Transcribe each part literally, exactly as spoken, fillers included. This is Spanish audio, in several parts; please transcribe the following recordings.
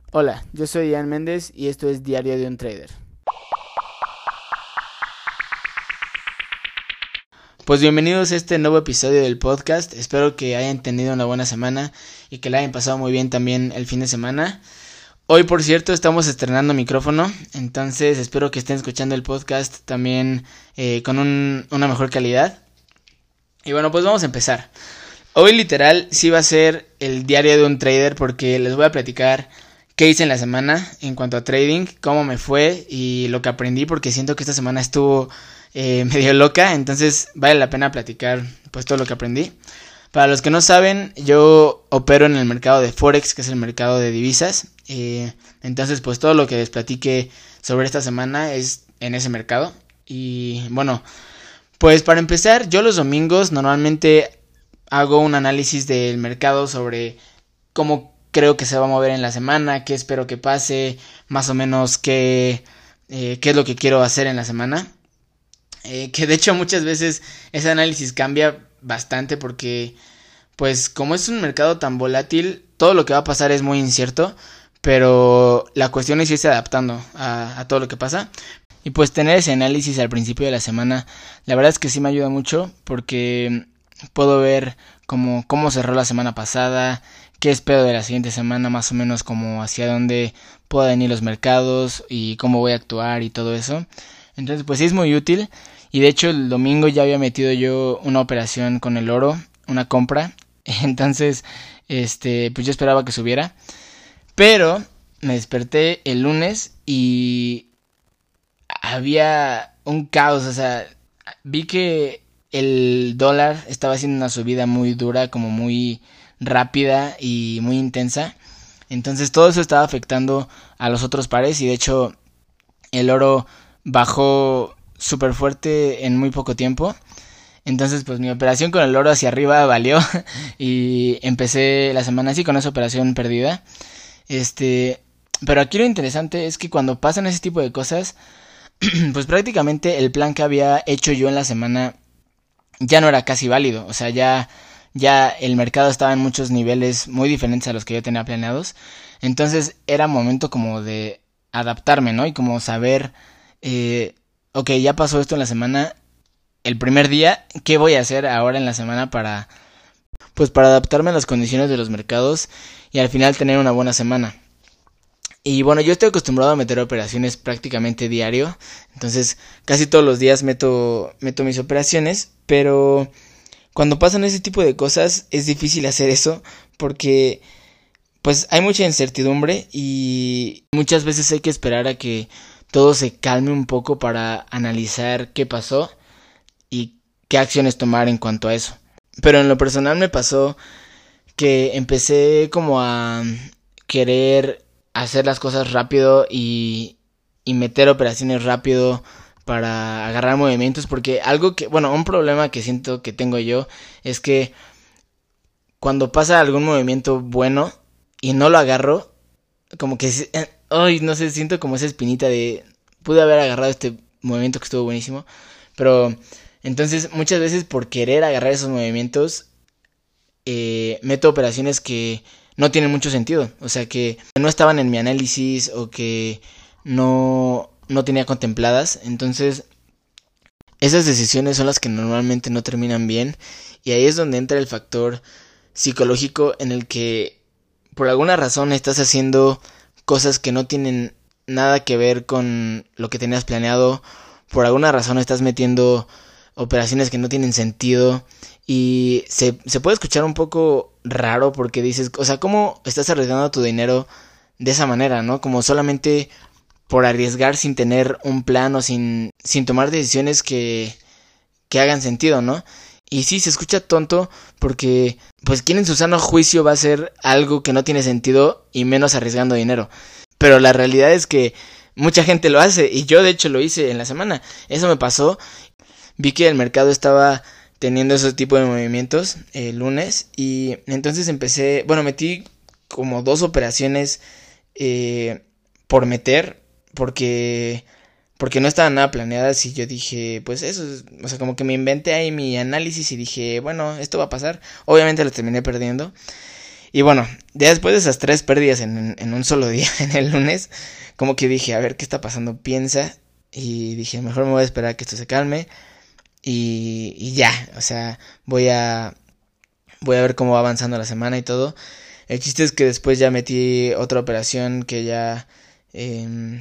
Hola, yo soy Ian Méndez y esto es Diario de un Trader. Pues bienvenidos a este nuevo episodio del podcast. Espero que hayan tenido una buena semana y que la hayan pasado muy bien también el fin de semana. Hoy, por cierto, estamos estrenando micrófono, entonces espero que estén escuchando el podcast también eh, con un, una mejor calidad. Y bueno, pues vamos a empezar. Hoy literal sí va a ser el diario de un trader porque les voy a platicar qué hice en la semana en cuanto a trading, cómo me fue y lo que aprendí, porque siento que esta semana estuvo eh, medio loca, entonces vale la pena platicar pues todo lo que aprendí. Para los que no saben, yo opero en el mercado de Forex, que es el mercado de divisas, eh, entonces pues todo lo que les platiqué sobre esta semana es en ese mercado. Y bueno, pues para empezar, yo los domingos normalmente hago un análisis del mercado sobre cómo creo que se va a mover en la semana, qué espero que pase, más o menos qué, eh, qué es lo que quiero hacer en la semana. Eh, que de hecho muchas veces ese análisis cambia bastante porque pues como es un mercado tan volátil, todo lo que va a pasar es muy incierto, pero la cuestión es irse adaptando a, a todo lo que pasa. Y pues tener ese análisis al principio de la semana, la verdad es que sí me ayuda mucho porque puedo ver como cómo cerró la semana pasada, qué espero de la siguiente semana, más o menos como hacia dónde pueden ir los mercados y cómo voy a actuar y todo eso. Entonces pues sí es muy útil. Y de hecho el domingo ya había metido yo una operación con el oro, una compra. Entonces este pues yo esperaba que subiera. Pero me desperté el lunes y había un caos. O sea, vi que el dólar estaba haciendo una subida muy dura, como muy rápida y muy intensa. Entonces todo eso estaba afectando a los otros pares y de hecho el oro bajó súper fuerte en muy poco tiempo. Entonces pues mi operación con el oro hacia arriba valió y empecé la semana así con esa operación perdida. Este, pero aquí lo interesante es que cuando pasan ese tipo de cosas, pues prácticamente el plan que había hecho yo en la semana ya no era casi válido. O sea, ya, ya el mercado estaba en muchos niveles muy diferentes a los que yo tenía planeados. Entonces era momento como de adaptarme, ¿no? Y como saber, eh, ok, ya pasó esto en la semana, el primer día, ¿qué voy a hacer ahora en la semana para, pues para adaptarme a las condiciones de los mercados y al final tener una buena semana? Y bueno, yo estoy acostumbrado a meter operaciones prácticamente diario, entonces casi todos los días meto, meto mis operaciones, pero cuando pasan ese tipo de cosas es difícil hacer eso porque pues hay mucha incertidumbre y muchas veces hay que esperar a que todo se calme un poco para analizar qué pasó y qué acciones tomar en cuanto a eso. Pero en lo personal me pasó que empecé como a querer hacer las cosas rápido y, y meter operaciones rápido para agarrar movimientos, porque algo que, bueno, un problema que siento que tengo yo es que cuando pasa algún movimiento bueno y no lo agarro, como que, eh, ay, no sé, siento como esa espinita de pude haber agarrado este movimiento que estuvo buenísimo, pero entonces muchas veces por querer agarrar esos movimientos eh, meto operaciones que no tienen mucho sentido, o sea que no estaban en mi análisis o que no, no tenía contempladas. Entonces esas decisiones son las que normalmente no terminan bien y ahí es donde entra el factor psicológico en el que por alguna razón estás haciendo cosas que no tienen nada que ver con lo que tenías planeado, por alguna razón estás metiendo operaciones que no tienen sentido y se, se puede escuchar un poco raro porque dices, o sea, ¿cómo estás arriesgando tu dinero de esa manera, no? Como solamente por arriesgar sin tener un plan o sin, sin tomar decisiones que, que hagan sentido, ¿no? Y sí, se escucha tonto porque, pues, ¿quién en su sano juicio va a hacer algo que no tiene sentido y menos arriesgando dinero? Pero la realidad es que mucha gente lo hace y yo de hecho lo hice en la semana. Eso me pasó. Vi que el mercado estaba teniendo ese tipo de movimientos el lunes y entonces empecé, bueno, metí como dos operaciones eh, por meter porque porque no estaban nada planeadas y yo dije, pues eso, es, o sea, como que me inventé ahí mi análisis y dije, bueno, esto va a pasar. Obviamente lo terminé perdiendo Y bueno, ya después de esas tres pérdidas en, en un solo día, en el lunes, como que dije, a ver, ¿qué está pasando? Piensa. Y dije, mejor me voy a esperar a que esto se calme. Y, y ya, o sea, voy a, voy a ver cómo va avanzando la semana y todo. El chiste es que después ya metí otra operación que ya eh,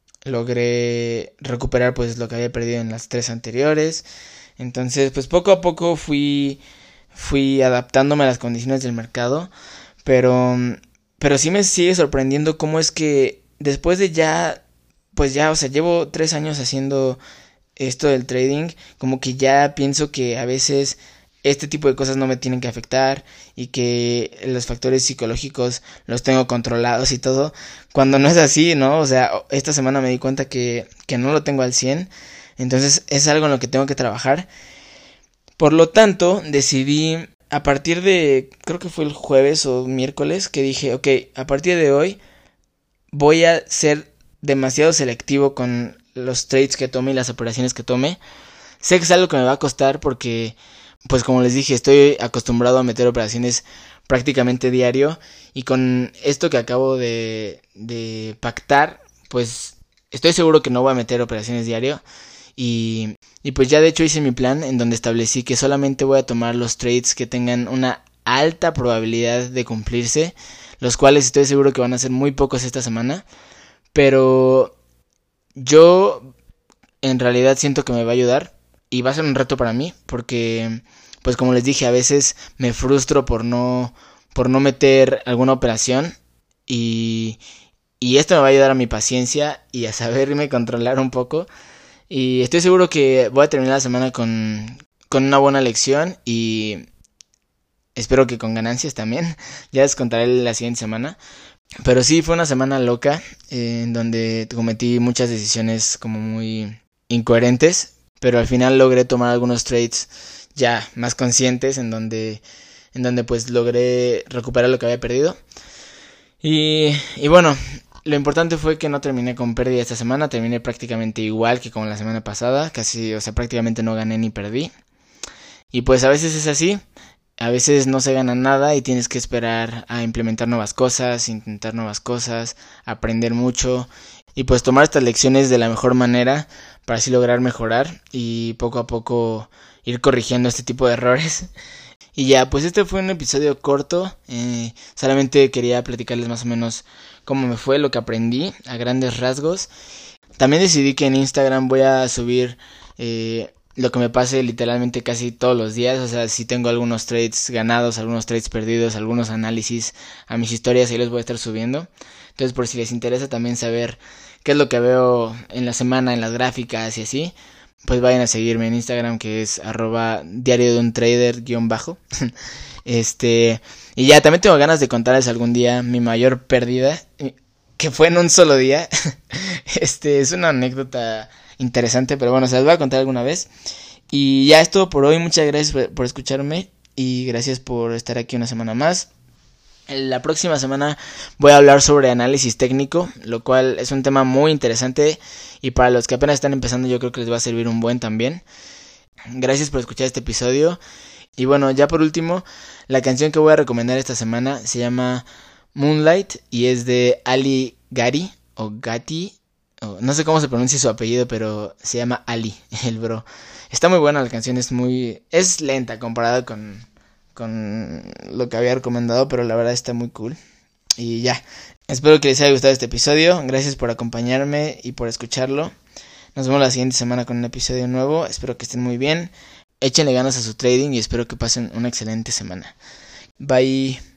logré recuperar pues lo que había perdido en las tres anteriores. Entonces, pues poco a poco fui... Fui adaptándome a las condiciones del mercado, pero, pero sí me sigue sorprendiendo cómo es que después de ya, pues ya, o sea, llevo tres años haciendo esto del trading, como que ya pienso que a veces este tipo de cosas no me tienen que afectar y que los factores psicológicos los tengo controlados y todo, cuando no es así, ¿no? O sea, esta semana me di cuenta que, que no lo tengo al cien, entonces es algo en lo que tengo que trabajar. Por lo tanto, decidí a partir de, creo que fue el jueves o miércoles, que dije, ok, a partir de hoy voy a ser demasiado selectivo con los trades que tome y las operaciones que tome. Sé que es algo que me va a costar porque, pues como les dije, estoy acostumbrado a meter operaciones prácticamente diario. Y con esto que acabo de, de pactar, pues estoy seguro que no voy a meter operaciones diario. Y, y pues ya de hecho hice mi plan en donde establecí que solamente voy a tomar los trades que tengan una alta probabilidad de cumplirse, los cuales estoy seguro que van a ser muy pocos esta semana, pero yo en realidad siento que me va a ayudar y va a ser un reto para mí porque pues como les dije, a veces me frustro por no por no meter alguna operación y, y esto me va a ayudar a mi paciencia y a saberme controlar un poco. Y estoy seguro que voy a terminar la semana con, con una buena lección y espero que con ganancias también. Ya les contaré la siguiente semana. Pero sí, fue una semana loca eh, en donde cometí muchas decisiones como muy incoherentes. Pero al final logré tomar algunos trades ya más conscientes en donde, en donde pues logré recuperar lo que había perdido. Y, y bueno... Lo importante fue que no terminé con pérdida esta semana, terminé prácticamente igual que como la semana pasada, casi, o sea, prácticamente no gané ni perdí. Y pues a veces es así, a veces no se gana nada y tienes que esperar a implementar nuevas cosas, intentar nuevas cosas, aprender mucho y pues tomar estas lecciones de la mejor manera para así lograr mejorar y poco a poco ir corrigiendo este tipo de errores. Y ya, pues este fue un episodio corto, eh, solamente quería platicarles más o menos cómo me fue, lo que aprendí a grandes rasgos. También decidí que en Instagram voy a subir eh, lo que me pase literalmente casi todos los días, o sea, si tengo algunos trades ganados, algunos trades perdidos, algunos análisis a mis historias, ahí los voy a estar subiendo. Entonces, por si les interesa también saber qué es lo que veo en la semana, en las gráficas y así, pues vayan a seguirme en Instagram, que es arroba diario de un trader guión bajo. Este, y ya también tengo ganas de contarles algún día mi mayor pérdida, que fue en un solo día. Este, es una anécdota interesante, pero bueno, se las voy a contar alguna vez. Y ya es todo por hoy, muchas gracias por escucharme y gracias por estar aquí una semana más. La próxima semana voy a hablar sobre análisis técnico, lo cual es un tema muy interesante y para los que apenas están empezando yo creo que les va a servir un buen también. Gracias por escuchar este episodio. Y bueno, ya por último, la canción que voy a recomendar esta semana se llama Moonlight y es de Ali Gari o Gatti, o no sé cómo se pronuncia su apellido, pero se llama Ali, el bro. Está muy buena la canción, es muy es lenta comparada con con lo que había recomendado, pero la verdad está muy cool. Y ya, espero que les haya gustado este episodio. Gracias por acompañarme y por escucharlo. Nos vemos la siguiente semana con un episodio nuevo. Espero que estén muy bien. Échenle ganas a su trading y espero que pasen una excelente semana. Bye.